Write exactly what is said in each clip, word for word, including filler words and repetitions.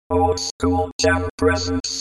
Old School Jam Presents.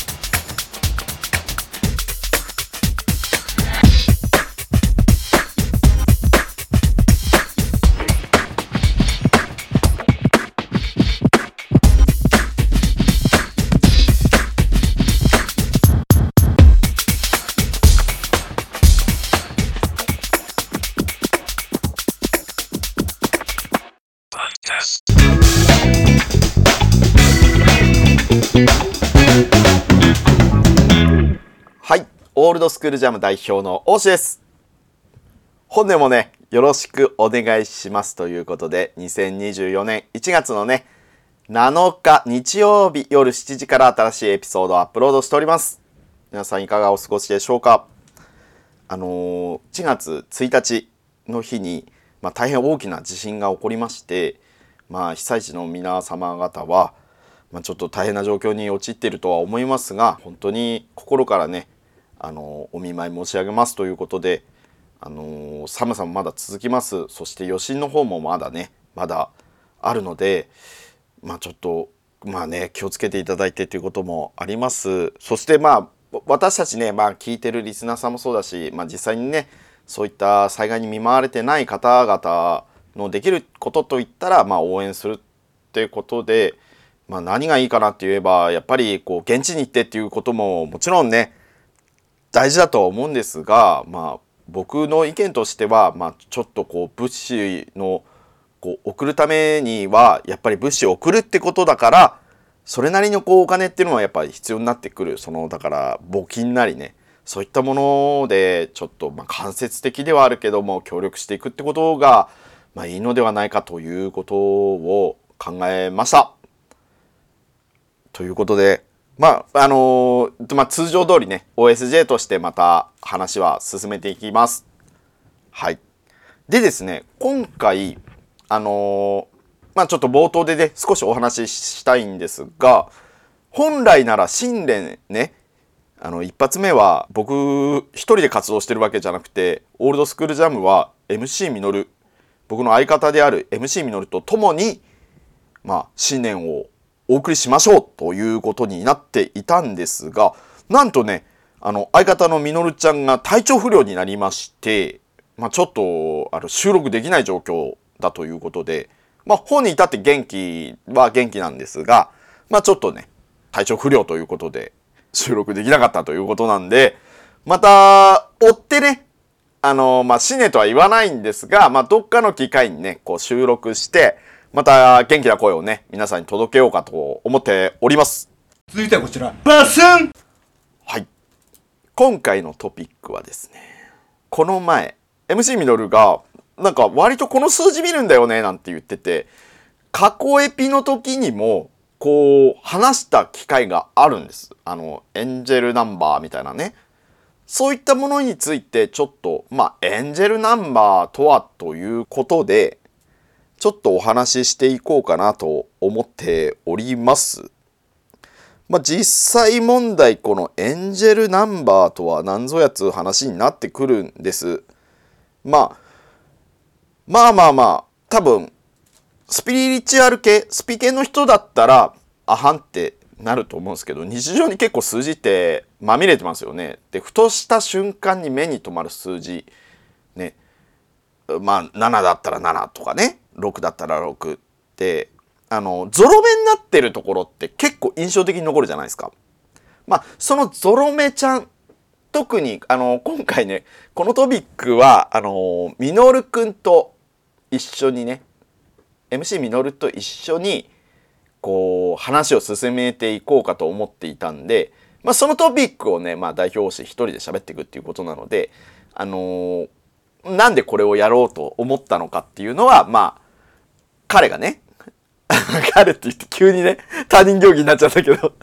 はい、オールドスクールジャム代表の大志です。本年もね、よろしくお願いしますということで、にせんにじゅうよねんいちがつのね、なのか日曜日夜しちじから新しいエピソードをアップロードしております。皆さんいかがお過ごしでしょうか。あのー、いちがつついたちの日に、まあ、大変大きな地震が起こりまして、まあ、被災地の皆様方は、まあ、ちょっと大変な状況に陥っているとは思いますが、本当に心からね、あのお見舞い申し上げますということで、あの寒さもまだ続きます。そして余震の方もまだねまだあるので、まあちょっとまあね気をつけていただいてということもあります。そしてまあ私たちね、まあ聞いてるリスナーさんもそうだし、まあ実際にねそういった災害に見舞われてない方々のできることといったら、まあ応援するっていうことで、まあ何がいいかなって言えば、やっぱりこう現地に行ってっていうことももちろんね大事だとは思うんですが、まあ僕の意見としては、まあちょっとこう物資のこう送るためにはやっぱり物資を送るってことだから、それなりのこうお金っていうのはやっぱり必要になってくる。そのだから募金なりね、そういったものでちょっとまあ間接的ではあるけども協力していくってことがまあいいのではないかということを考えました。ということで。まああのーまあ、通常通りね オーエスジェー としてまた話は進めていきます。はい。でですね、今回あのー、まあちょっと冒頭でね少しお話ししたいんですが、本来なら新年ね、あの一発目は僕一人で活動してるわけじゃなくて、オールドスクールジャムは エムシー ミノル、僕の相方である エムシー ミノルと共にまあ新年をお送りしましょうということになっていたんですが、なんとねあの相方のみのるちゃんが体調不良になりまして、まあ、ちょっとあの収録できない状況だということで、まあ、本に至って元気は元気なんですが、まあ、ちょっとね体調不良ということで収録できなかったということなんで、また追ってねあのまあ新年とは言わないんですが、まあ、どっかの機会にねこう収録してまた元気な声をね皆さんに届けようかと思っております。 続いてはこちらバスン。 はい、今回のトピックはですね、この前 エムシー ミノルがなんか割とこの数字見るんだよねなんて言ってて、過去エピの時にもこう話した機会があるんです。あのエンジェルナンバーみたいなね、そういったものについてちょっとまあエンジェルナンバーとはということでちょっとお話ししていこうかなと思っております。まあ、実際問題このエンジェルナンバーとは何ぞやつ話になってくるんです。まあまあまあまあ多分スピリチュアル系スピ系の人だったらあはんってなると思うんですけど、日常に結構数字ってまみれてますよね。でふとした瞬間に目に留まる数字ね、まあななだったらななとかねろくだったらろくってあのゾロ目になってるところって結構印象的に残るじゃないですか。まあそのゾロ目ちゃん、特にあの今回ねこのトピックはあのミノルくんと一緒にね エムシー ミノルと一緒にこう話を進めていこうかと思っていたんで、まあ、そのトピックをね、まあ、代表して一人で喋っていくっていうことなので、あのー、なんでこれをやろうと思ったのかっていうのはまあ彼がね彼って言って急にね他人行儀になっちゃったけど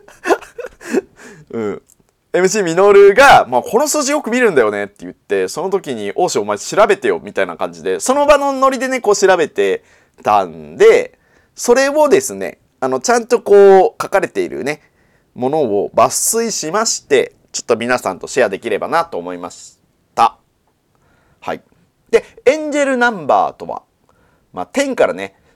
うん、エムシー ミノルが、まあ、この数字よく見るんだよねって言って、その時に「おしお前調べてよ」みたいな感じでその場のノリでねこう調べてたんで、それをですねあのちゃんとこう書かれているねものを抜粋しまして、ちょっと皆さんとシェアできればなと思いました。はい。でエンジェルナンバーとは、まあ、天からね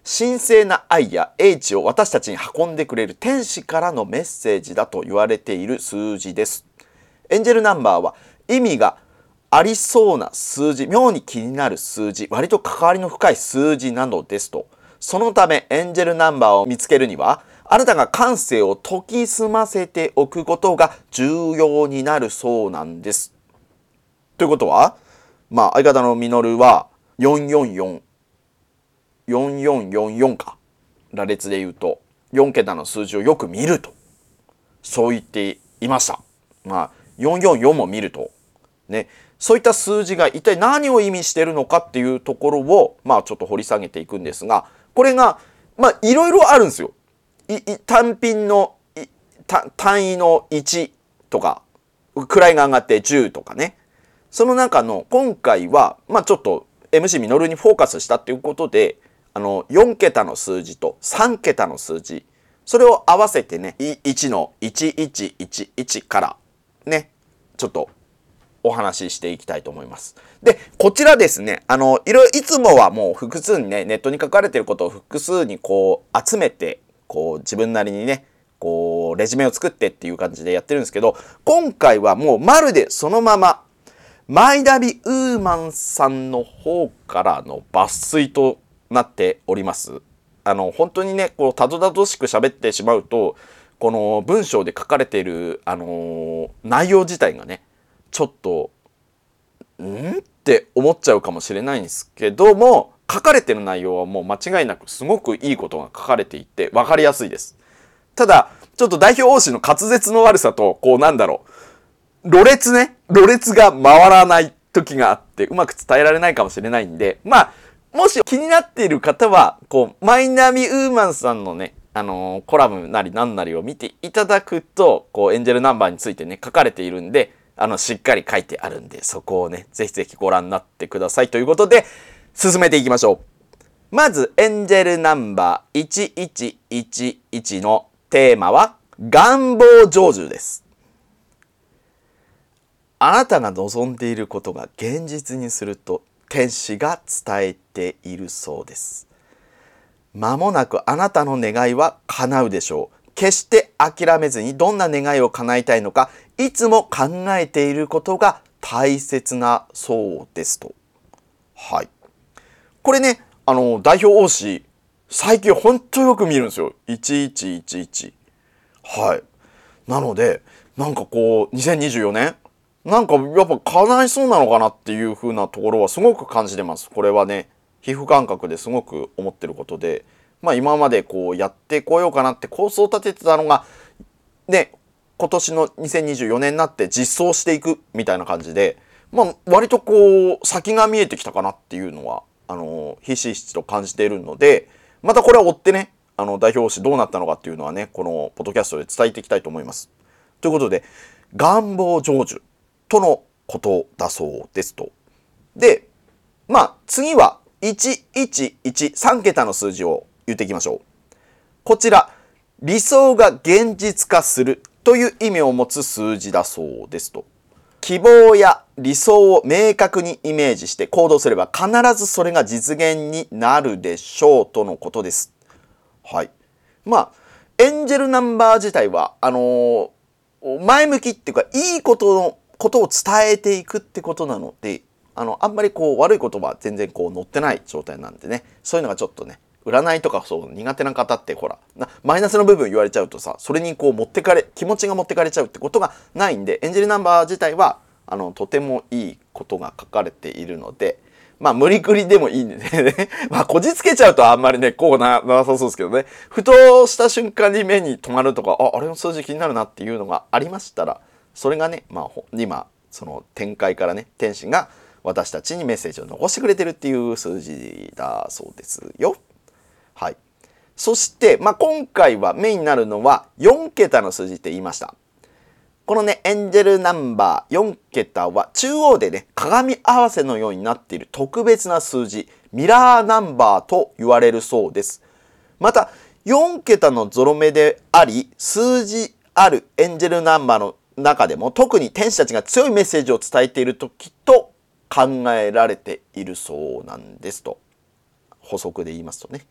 神聖な愛や英知を私たちに運んでくれる天使からのメッセージだと言われている数字です。エンジェルナンバーは意味がありそうな数字、妙に気になる数字、割と関わりの深い数字なのですと。そのためエンジェルナンバーを見つけるには、あなたが感性を研ぎ澄ませておくことが重要になるそうなんです。ということは、まあ相方のミノルはよんよんよん、よんよんよんよんか。羅列で言うとよん桁の数字をよく見ると、そう言っていました。まあよんよんよんも見るとね、そういった数字が一体何を意味しているのかっていうところをまあちょっと掘り下げていくんですが、これがまあいろいろあるんですよ。いい単品のい単位のいちとか位が上がってじゅうとかね、その中の今回はまあちょっと エムシー ミノルにフォーカスしたっていうことで、あのよん桁の数字とさん桁の数字、それを合わせてねいちのいちいちいちいちからねちょっとお話ししていきたいと思います。で、こちらですね、あのいろいろいつもはもう複数にねネットに書かれていることを複数にこう集めて、こう自分なりにねこうレジュメを作ってっていう感じでやってるんですけど、今回はもうまるでそのままマイナビウーマンさんの方からの抜粋となっております。あの本当にねこうたどたどしく喋ってしまうと、この文章で書かれているあのー、内容自体がねちょっとんって思っちゃうかもしれないんですけども、書かれてる内容はもう間違いなくすごくいいことが書かれていて分かりやすいです。ただちょっと代表応酬の滑舌の悪さと、こうなんだろう、ろれつねろれつが回らない時があってうまく伝えられないかもしれないんで、まあもし気になっている方はこうマイナビウーマンさんのねあのー、コラムなりなんなりを見ていただくと、こうエンジェルナンバーについてね書かれているんで、あのしっかり書いてあるんで、そこをねぜひぜひご覧になってくださいということで進めていきましょう。まずエンジェルナンバーいちいちいちいちのテーマは願望成就です。あなたが望んでいることが現実にすると天使が伝えているそうです。間もなくあなたの願いは叶うでしょう。決して諦めずにどんな願いを叶えたいのかいつも考えていることが大切なそうですと。はい。これね、あの代表応詞最近ほんとよく見るんですよ。いちいちいちいち。はい。なのでなんかこうにせんにじゅうよねんなんかやっぱ叶いそうなのかなっていう風なところはすごく感じてます。これはね皮膚感覚ですごく思ってることで、まあ今までこうやってこようかなって構想を立ててたのがね、今年のにせんにじゅうよねんになって実装していくみたいな感じで、まあ割とこう先が見えてきたかなっていうのはあのひしひしと感じているので、またこれは追ってねあの代表詞どうなったのかっていうのはねこのポッドキャストで伝えていきたいと思います。ということで願望成就とのことだそうですと。でまあ次はいちいちいち、さん桁の数字を言っていきましょう。こちら理想が現実化するという意味を持つ数字だそうですと。希望や理想を明確にイメージして行動すれば必ずそれが実現になるでしょうとのことです。はい。まあエンジェルナンバー自体はあのー、前向きっていうかいいことのことを伝えていくってことなので、あのあんまりこう悪い言葉は全然こう載ってない状態なんでね、そういうのがちょっとね占いとかそう苦手な方ってほらなマイナスの部分言われちゃうとさ、それにこう持ってかれ気持ちが持ってかれちゃうってことがないんで、エンジェルナンバー自体はあのとてもいいことが書かれているので、まあ無理くりでもいいんでねまあこじつけちゃうとあんまりねこうななさそうですけどね、ふとした瞬間に目に留まるとか、ああれの数字気になるなっていうのがありましたら、それがねまあ今その展開からね天使が私たちにメッセージを残してくれてるっていう数字だそうですよ。はい。そして、まあ、今回はメインになるのはよん桁の数字って言いました。このねエンジェルナンバーよん桁は中央でね鏡合わせのようになっている特別な数字、ミラーナンバーと言われるそうです。またよん桁のゾロ目であり数字あるエンジェルナンバーの中でも特に天使たちが強いメッセージを伝えている時と考えられているそうなんですと補足で言いますとね。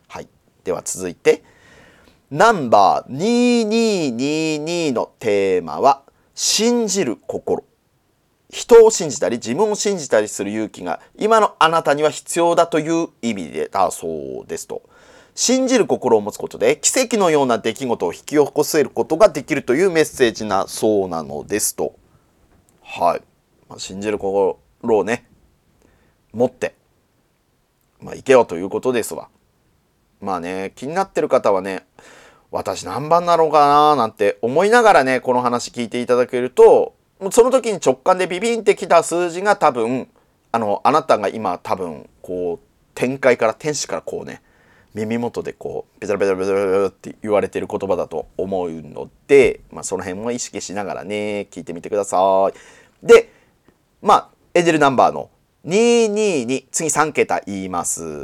はい。では続いて、ナンバーににににのテーマは、信じる心。人を信じたり自分を信じたりする勇気が今のあなたには必要だという意味でだそうですと。信じる心を持つことで奇跡のような出来事を引き起こせることができるというメッセージなそうなのですと。はい。まあ、信じる心をね、持って、まあ、いけよということですわ。まあね、気になってる方はね、私何番なのかななんて思いながらね、この話聞いていただけると、その時に直感でビビンってきた数字が多分、あの、あなたが今多分、こう、天界から、天使からこうね、耳元でこう、ベタベタベタベタって言われてる言葉だと思うので、まあその辺も意識しながらね、聞いてみてください。で、まあ、エンジェルナンバーのににに、次さん桁言います。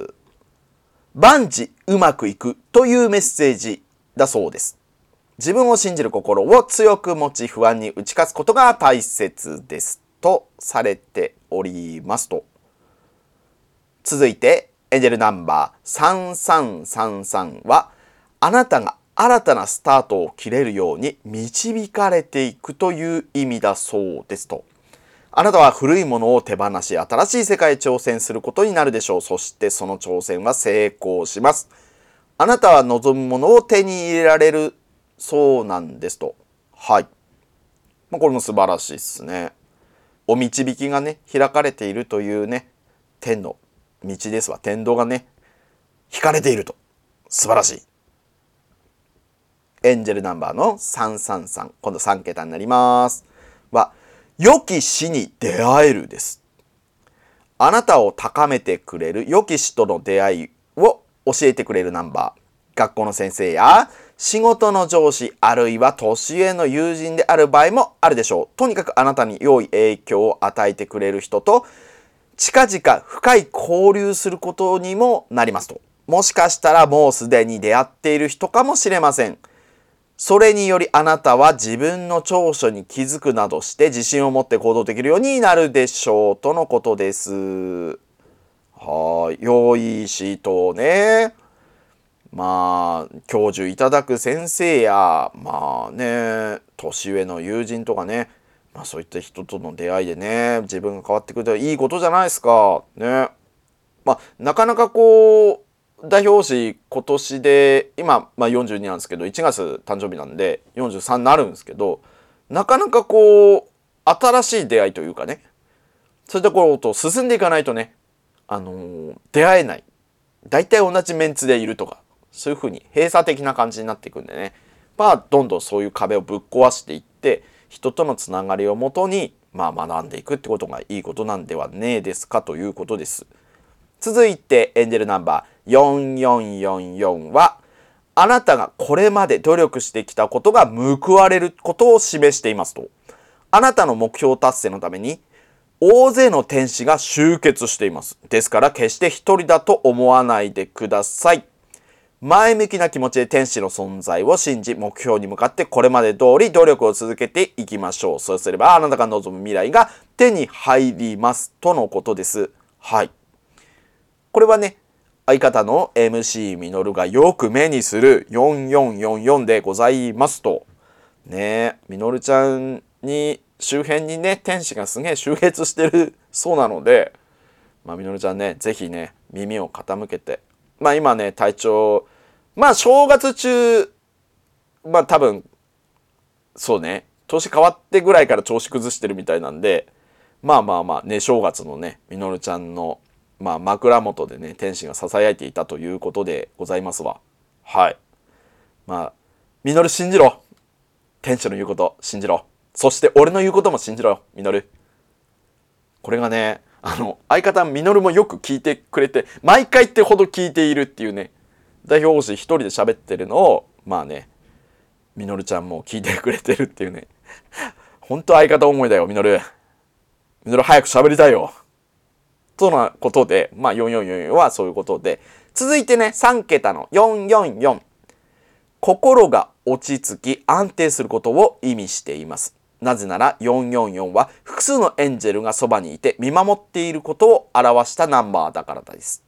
万事うまくいくというメッセージだそうです。自分を信じる心を強く持ち不安に打ち勝つことが大切ですとされておりますと。続いてエンジェルナンバーさんさんさんさんは、あなたが新たなスタートを切れるように導かれていくという意味だそうですと。あなたは古いものを手放し新しい世界へ挑戦することになるでしょう。そしてその挑戦は成功します。あなたは望むものを手に入れられるそうなんですと。はい。まあ、これも素晴らしいですね。お導きがね、開かれているというね、天の道ですわ。天道がね、引かれていると。素晴らしい。エンジェルナンバーのさんさんさん、今度さん桁になります。は、良き死に出会えるです。あなたを高めてくれる良き死との出会いを教えてくれるナンバー。学校の先生や仕事の上司、あるいは年上の友人である場合もあるでしょう。とにかくあなたに良い影響を与えてくれる人と近々深い交流することにもなりますと。もしかしたらもうすでに出会っている人かもしれません。それによりあなたは自分の長所に気づくなどして自信を持って行動できるようになるでしょうとのことです。はい。良い人ね。まあ、教授いただく先生や、まあね、年上の友人とかね、まあそういった人との出会いでね、自分が変わってくるといいことじゃないですか。ね。まあ、なかなかこう、代表誌今年で、今、まあよんじゅうになんですけど、いちがつ誕生日なんでよんじゅうさんになるんですけど、なかなかこう、新しい出会いというかね、そういったことを進んでいかないとね、あのー、出会えない。大体同じメンツでいるとか、そういうふうに閉鎖的な感じになっていくんでね。まあ、どんどんそういう壁をぶっ壊していって、人とのつながりをもとに、まあ、学んでいくってことがいいことなんではねえですかということです。続いて、エンジェルナンバーよんよんよんよんは、あなたがこれまで努力してきたことが報われることを示していますと。あなたの目標達成のために、大勢の天使が集結しています。ですから、決して一人だと思わないでください。前向きな気持ちで天使の存在を信じ、目標に向かってこれまで通り努力を続けていきましょう。そうすればあなたが望む未来が手に入りますとのことです。はい。これはね、相方の エムシー みのるがよく目にするよんよんよんよんでございますと。ねえ、みのるちゃんに周辺にね、天使がすげえ集結してるそうなので、まあみのるちゃんね、ぜひね、耳を傾けて、まあ今ね、体調、まあ正月中、まあ多分、そうね、年変わってぐらいから調子崩してるみたいなんで、まあまあまあね、正月のね、みのるちゃんの、まあ枕元でね、天使が囁いていたということでございますわ。はい。まあ、みのる信じろ。天使の言うこと信じろ。そして俺の言うことも信じろよ、みのる。これがね、あの、相方みのるもよく聞いてくれて、毎回ってほど聞いているっていうね、代表講師一人で喋ってるのを、まあね、みのるちゃんも聞いてくれてるっていうね。ほんと相方思いだよ、みのる。みのる早く喋りたいよ。とのことで、まあよんよんよんよんはそういうことで、続いてね、さん桁のよんよんよん。心が落ち着き安定することを意味しています。なぜならよんよんよんは複数のエンジェルがそばにいて見守っていることを表したナンバーだからです。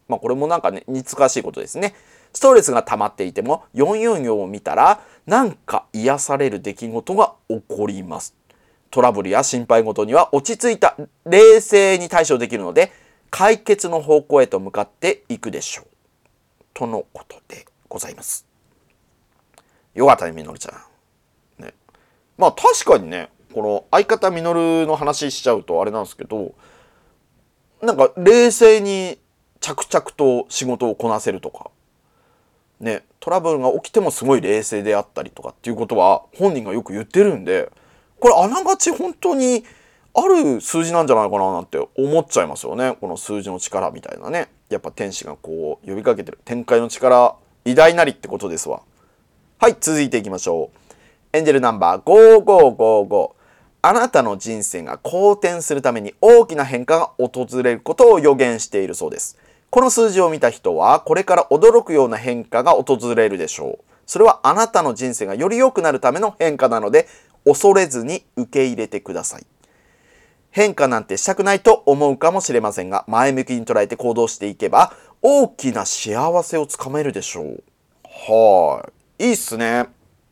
まあこれもなんかね、難しいことですね。ストレスが溜まっていてもよんよんよんを見たらなんか癒される出来事が起こります。トラブルや心配事には落ち着いた冷静に対処できるので解決の方向へと向かっていくでしょう。とのことでございます。よかったね、みのるちゃん。ね、まあ確かにね、この相方みのるの話しちゃうとあれなんですけど、なんか冷静に着々と仕事をこなせるとか、ね、トラブルが起きてもすごい冷静であったりとかっていうことは本人がよく言ってるんで、これあながち本当にある数字なんじゃないかななんて思っちゃいますよね。この数字の力みたいなね。やっぱ天使がこう呼びかけてる展開の力、偉大なりってことですわ。はい、続いていきましょう。エンジェルナンバーごーごーごーご。あなたの人生が好転するために大きな変化が訪れることを予言しているそうです。この数字を見た人はこれから驚くような変化が訪れるでしょう。それはあなたの人生がより良くなるための変化なので恐れずに受け入れてください。変化なんてしたくないと思うかもしれませんが、前向きに捉えて行動していけば大きな幸せをつかめるでしょう。はい、いいっすね。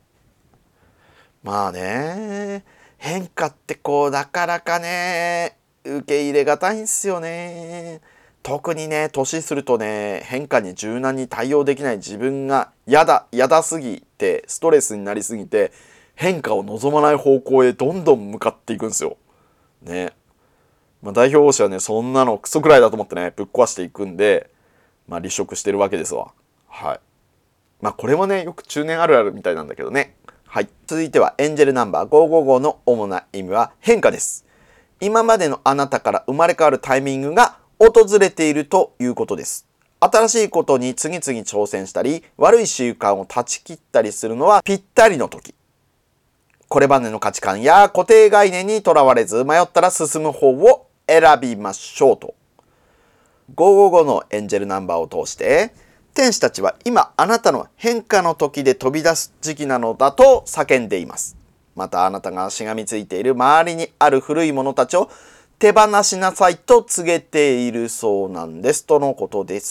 まあね、変化ってこうなかなかね受け入れがたいんすよね。特にね、年するとね、変化に柔軟に対応できない自分がやだやだすぎてストレスになりすぎて変化を望まない方向へどんどん向かっていくんですよね。まあ、代表者はね、そんなのクソくらいだと思ってねぶっ壊していくんで、まあ離職してるわけですわ。はい。まあこれもね、よく中年あるあるみたいなんだけどね。はい。続いてはエンジェルナンバーごーごーごーの主な意味は変化です。今までのあなたから生まれ変わるタイミングが訪れているということです。新しいことに次々挑戦したり、悪い習慣を断ち切ったりするのはぴったりの時。これまでの価値観や固定概念にとらわれず、迷ったら進む方を選びましょうと。ごーごーごーのエンジェルナンバーを通して、天使たちは今あなたの変化の時で飛び出す時期なのだと叫んでいます。またあなたがしがみついている周りにある古いものたちを手放しなさいと告げているそうなんですとのことです。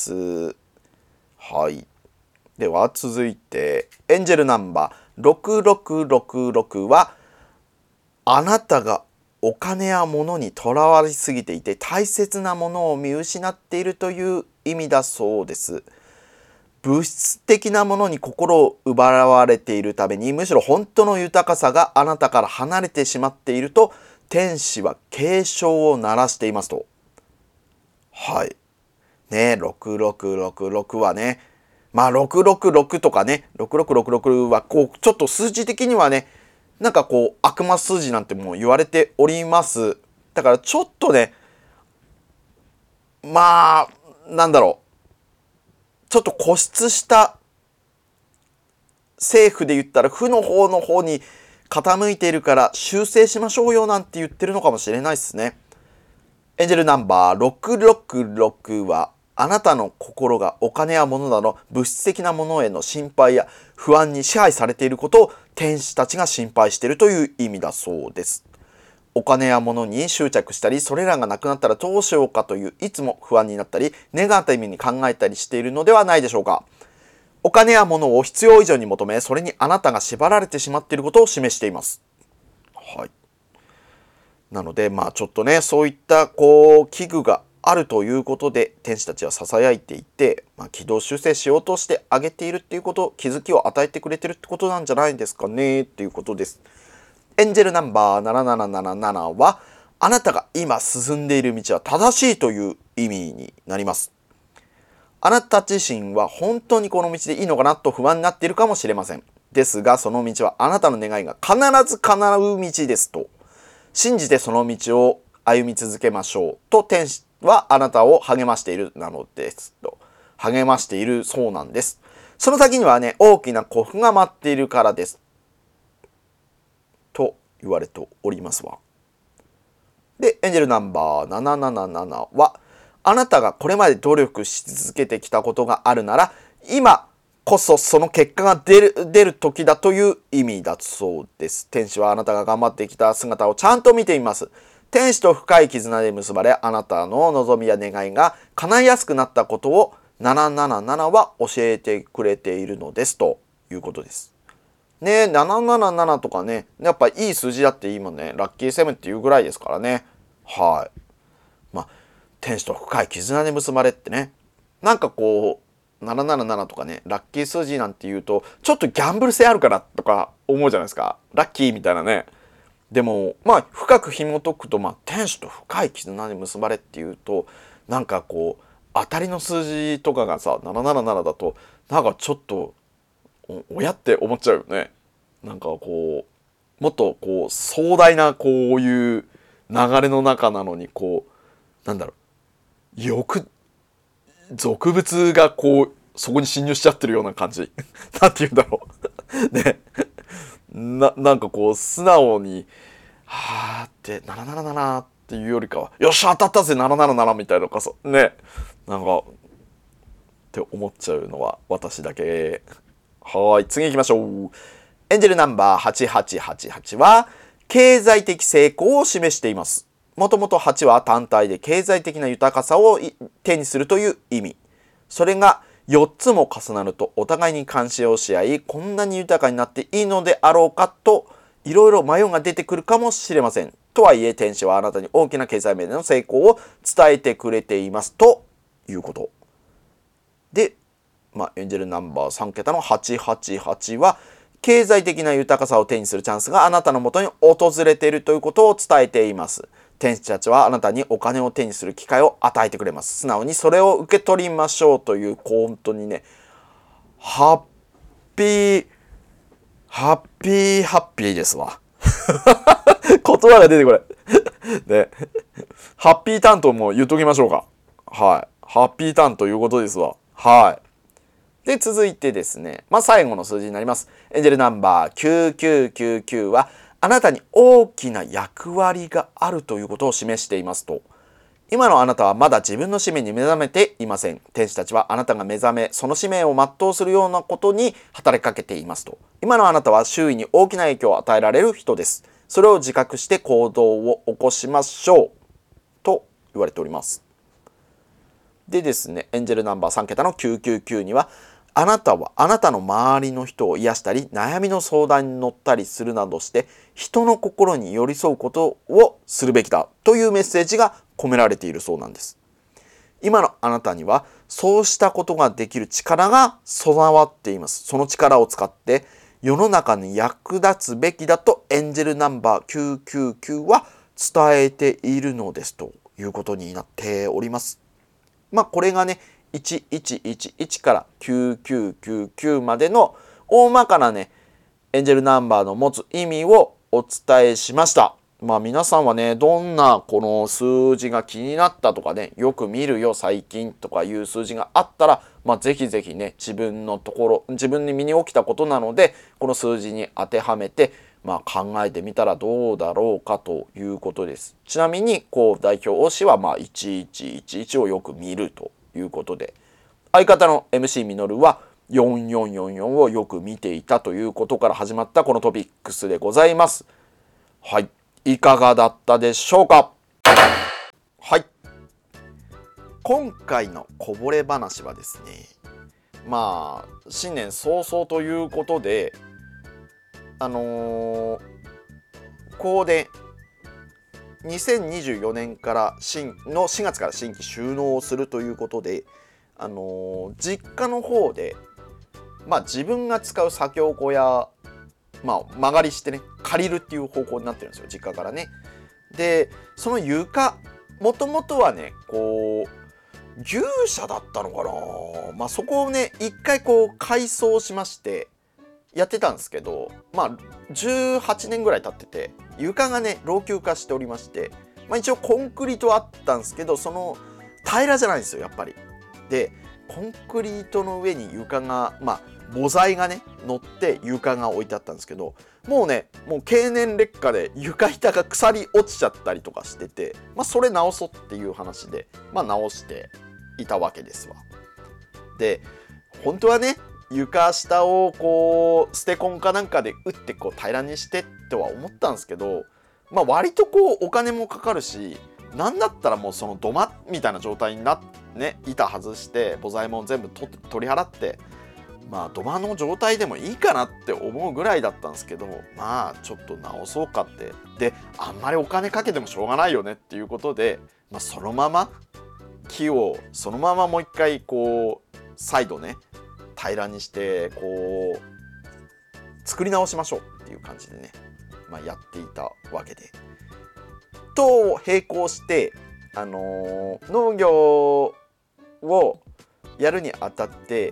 はい。では続いてエンジェルナンバーろくろくろくろくはあなたがお金や物にとらわれすぎていて大切なものを見失っているという意味だそうです。物質的なものに心を奪われているためにむしろ本当の豊かさがあなたから離れてしまっていると天使は警鐘を鳴らしていますと。はいね、ろくろくろくろくはね、まあろくろくろくとかね、ろくろくろくろくはこうちょっと数字的にはね、なんかこう悪魔数字なんてもう言われております。だからちょっとね、まあなんだろう、ちょっと固執した政府で言ったら負の方の方に傾いているから修正しましょうよなんて言ってるのかもしれないですね。エンジェルナンバーろくろくろくはあなたの心がお金や物など物質的なものへの心配や不安に支配されていることを天使たちが心配しているという意味だそうです。お金や物に執着したり、それらがなくなったらどうしようかといういつも不安になったり、ネガティブに考えたりしているのではないでしょうか。お金や物を必要以上に求め、それにあなたが縛られてしまっていることを示しています。はい。なので、まあちょっとね、そういったこう危惧があるということで、天使たちは囁いていて、まあ、軌道修正しようとしてあげているっていうこと、気づきを与えてくれてるってことなんじゃないですかねっていうことです。エンジェルナンバーなななななななは、あなたが今進んでいる道は正しいという意味になります。あなた自身は本当にこの道でいいのかなと不安になっているかもしれません。ですが、その道はあなたの願いが必ず叶う道ですと。信じてその道を歩み続けましょうと天使はあなたを励ましているなのですと。励ましているそうなんです。その先にはね、大きな幸福が待っているからです。と言われておりますわ。で、エンジェルナンバーななななななは、あなたがこれまで努力し続けてきたことがあるなら、今こそその結果が出る、出る時だという意味だそうです。天使はあなたが頑張ってきた姿をちゃんと見ています。 天使と深い絆で結ばれ、あなたの望みや願いが叶いやすくなったことをななななななは教えてくれているのですということです。ね、なななななとかね、やっぱいい数字だって今ね、ラッキーセブンっていうぐらいですからね。はい。まあ、天使と深い絆で結ばれってね、なんかこう、なななななとかね、ラッキー数字なんて言うと、ちょっとギャンブル性あるからとか思うじゃないですか。ラッキーみたいなね。でも、まあ、深く紐解くと、まあ、天使と深い絆で結ばれっていうと、なんかこう、当たりの数字とかがさ、なななななだと、なんかちょっと、おやって思っちゃうよね。なんかこうもっとこう壮大なこういう流れの中なのに、こうなんだろう、欲俗物がこうそこに侵入しちゃってるような感じなんて言うんだろうね。ななんかこう素直にはーってななななななっていうよりかは、よっしゃ当たったぜなななななみたいなのかさね、なんかって思っちゃうのは私だけ。はい、次行きましょう。エンジェルナンバーはちはちはちはちは経済的成功を示しています。もともとはちは単体で経済的な豊かさを手にするという意味。それがよっつも重なるとお互いに関心をし合い、こんなに豊かになっていいのであろうかといろいろ迷いが出てくるかもしれません。とはいえ天使はあなたに大きな経済面での成功を伝えてくれていますということで、まあ、エンジェルナンバーさん桁のはちはちはちは経済的な豊かさを手にするチャンスがあなたのもとに訪れているということを伝えています。天使たちはあなたにお金を手にする機会を与えてくれます。素直にそれを受け取りましょうという、こう本当にね、ハッピーハッピーハッピーですわ。言葉が出てこれで、ハッピーターンとも言っときましょうか。はい、ハッピーターンということですわ。はい。で、続いてですね、まあ、最後の数字になります。エンジェルナンバーきゅうきゅうきゅうきゅうは、あなたに大きな役割があるということを示していますと。今のあなたはまだ自分の使命に目覚めていません。天使たちはあなたが目覚め、その使命を全うするようなことに働きかけていますと。今のあなたは周囲に大きな影響を与えられる人です。それを自覚して行動を起こしましょう。と言われております。でですね、エンジェルナンバーさん桁のきゅうきゅうきゅうには、あなたはあなたの周りの人を癒したり悩みの相談に乗ったりするなどして人の心に寄り添うことをするべきだというメッセージが込められているそうなんです。今のあなたにはそうしたことができる力が備わっています。その力を使って世の中に役立つべきだとエンジェルナンバーきゅうきゅうきゅうは伝えているのですということになっております。まあこれがねいちいちいちいちからきゅうきゅうきゅうきゅうまでの大まかなねエンジェルナンバーの持つ意味をお伝えしました。まあ皆さんはねどんなこの数字が気になったとかね、よく見るよ最近とかいう数字があったら、まあぜひぜひね自分のところ自分に身に起きたことなのでこの数字に当てはめてまあ考えてみたらどうだろうかということです。ちなみにこう代表推しはまあいちいちいちいちをよく見るということで、相方の エムシー ミノルはよんよんよんよんをよく見ていたということから始まったこのトピックスでございます。はい、いかがだったでしょうか。はい、今回のこぼれ話はですね、まあ新年早々ということであのー、こうでにせんにじゅうよねんから新のしがつから新規収納をするということで、あのー、実家の方で、まあ、自分が使う作業小屋、まあ、間借りしてね借りるっていう方向になってるんですよ、実家からね。でその床もともとはねこう牛舎だったのかな、まあ、そこをね一回こう改装しましてやってたんですけど、まあじゅうはちねんぐらい経ってて床がね老朽化しておりまして、まあ、一応コンクリートはあったんですけどその平らじゃないんですよやっぱり。でコンクリートの上に床がまあ母材がね乗って床が置いてあったんですけど、もうねもう経年劣化で床板が腐り落ちちゃったりとかしてて、まあそれ直そうっていう話でまあ直していたわけですわ。で本当はね床下をこうステコンかなんかで打ってこう平らにしてとは思ったんですけど、 まあ割とこうお金もかかるし、なんだったらもうその土間みたいな状態になってね、板外して母材も全部取って取り払って、まあ土間の状態でもいいかなって思うぐらいだったんですけど、まあちょっと直そうかって、であんまりお金かけてもしょうがないよねっていうことで、まあ、そのまま木をそのままもう一回こう再度ね平らにしてこう作り直しましょうっていう感じでね、まあ、やっていたわけで、と並行してあのー、農業をやるにあたって、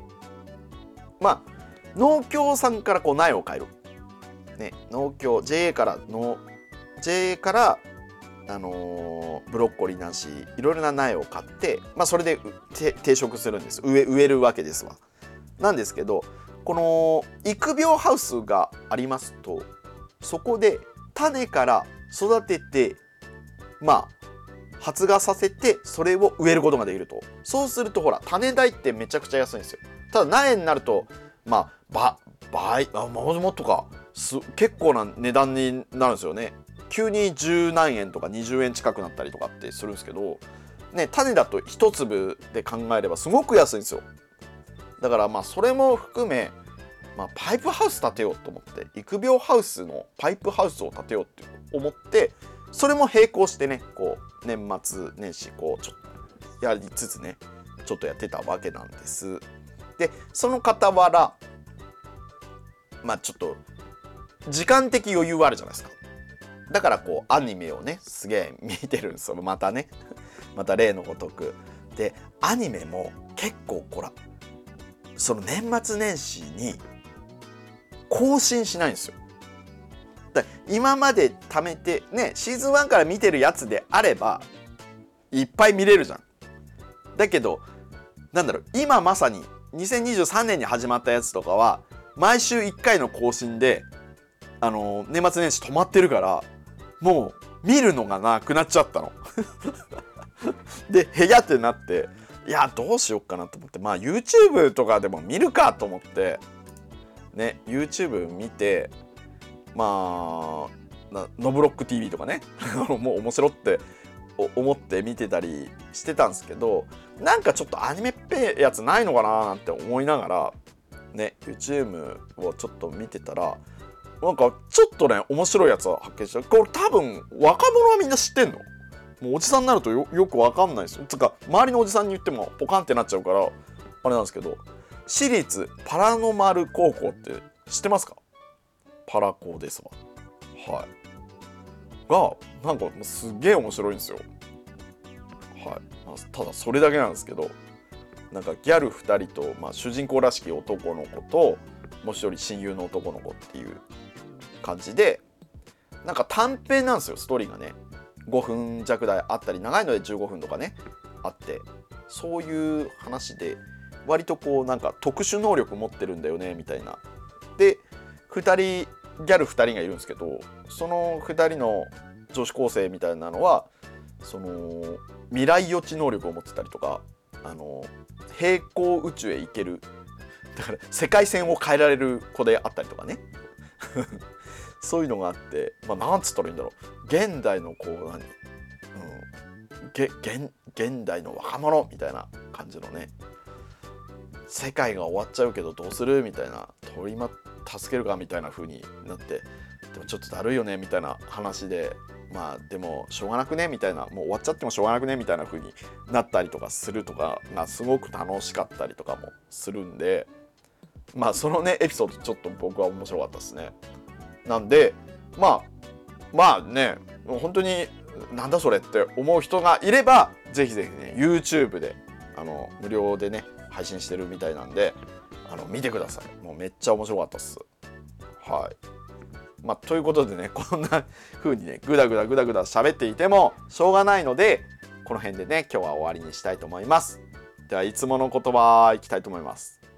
まあ農協さんからこう苗を買える、ね、農協 ジェーエー からの ジェーエー からあのー、ブロッコリーなしいろいろな苗を買って、まあ、それで定食するんです。植え植えるわけですわ。なんですけど、この育苗ハウスがありますと、そこで種から育てて、まあ発芽させてそれを植えることができると。そうするとほら種代ってめちゃくちゃ安いんですよ。ただ苗になるとまあ倍あももっとかす結構な値段になるんですよね。急に十何円とかにじゅうえん近くなったりとかってするんですけど、ね、種だと一粒で考えればすごく安いんですよ。だからまあそれも含め、まあ、パイプハウス建てようと思って、育苗ハウスのパイプハウスを建てようって思って、それも並行してねこう年末年始こうちょっとやりつつねちょっとやってたわけなんです。でその傍らまあちょっと時間的余裕はあるじゃないですか。だからこうアニメをねすげえ見てるんですよ。またねまた例のごとくで、アニメも結構こらその年末年始に更新しないんですよ。だ今まで貯めてねシーズンワンから見てるやつであればいっぱい見れるじゃん。だけどなんだろう、今まさににせんにじゅうさんねんに始まったやつとかは毎週いっかいの更新であの年末年始止まってるから、もう見るのがなくなっちゃったのでへやってなって、いやどうしようかなと思って、まあ YouTube とかでも見るかと思ってね YouTube 見て、まあなノブロック ティーブイ とかねもう面白って思って見てたりしてたんですけど、なんかちょっとアニメっぺやつないのかななんて思いながらね YouTube をちょっと見てたら、なんかちょっとね面白いやつを発見した。これ多分若者はみんな知ってんの。もうおじさんになると よ, よくわかんないですよ。つか周りのおじさんに言ってもポカンってなっちゃうからあれなんですけど、私立パラノマル高校って知ってますか？パラ高ですわ。はい。がなんかすげえ面白いんですよ。はい。まあ、ただそれだけなんですけど、なんかギャルふたりと、まあ、主人公らしき男の子ともう一人親友の男の子っていう感じで、なんか短編なんですよストーリーがね。ごふん弱台あったり、長いのでじゅうごふんとかねあって、そういう話で割とこうなんか特殊能力持ってるんだよねみたいな。でふたりギャルふたりがいるんですけど、そのふたりの女子高生みたいなのはその未来予知能力を持ってたりとか、あの平行宇宙へ行ける、だから世界線を変えられる子であったりとかねそういうのがあって、まあなんつったらいいんだろう、現代のこう何、うん、げ現現代の若者みたいな感じのね、世界が終わっちゃうけどどうするみたいな、取りま助けるかみたいな風になって、でもちょっとだるいよねみたいな話で、まあでもしょうがなくねみたいな、もう終わっちゃってもしょうがなくねみたいな風になったりとかするとかがすごく楽しかったりとかもするんで、まあそのねエピソードちょっと僕は面白かったですね。なんでまあまあね本当になんだそれって思う人がいればぜひぜひね YouTube であの無料でね配信してるみたいなんで、あの見てください。もうめっちゃ面白かったっす。はい。まあということでね、こんな風にねグダグダグダグダ喋っていてもしょうがないので、この辺でね今日は終わりにしたいと思います。ではいつもの言葉いきたいと思います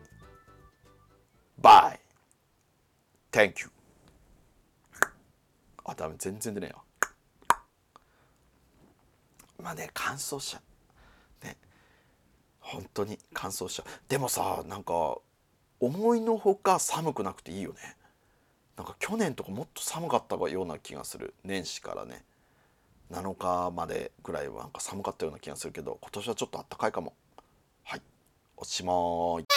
。Bye. Thank you. あ、ダメ、全然出ねえよ。まあね、乾燥しちゃうね、本当に乾燥しちゃう。でもさ、なんか思いのほか寒くなくていいよね。 なんか去年とかもっと寒かったような気がする。年始からねなのかまでぐらいはなんか寒かったような気がするけど、今年はちょっとあったかいかも。はい、おしまーい。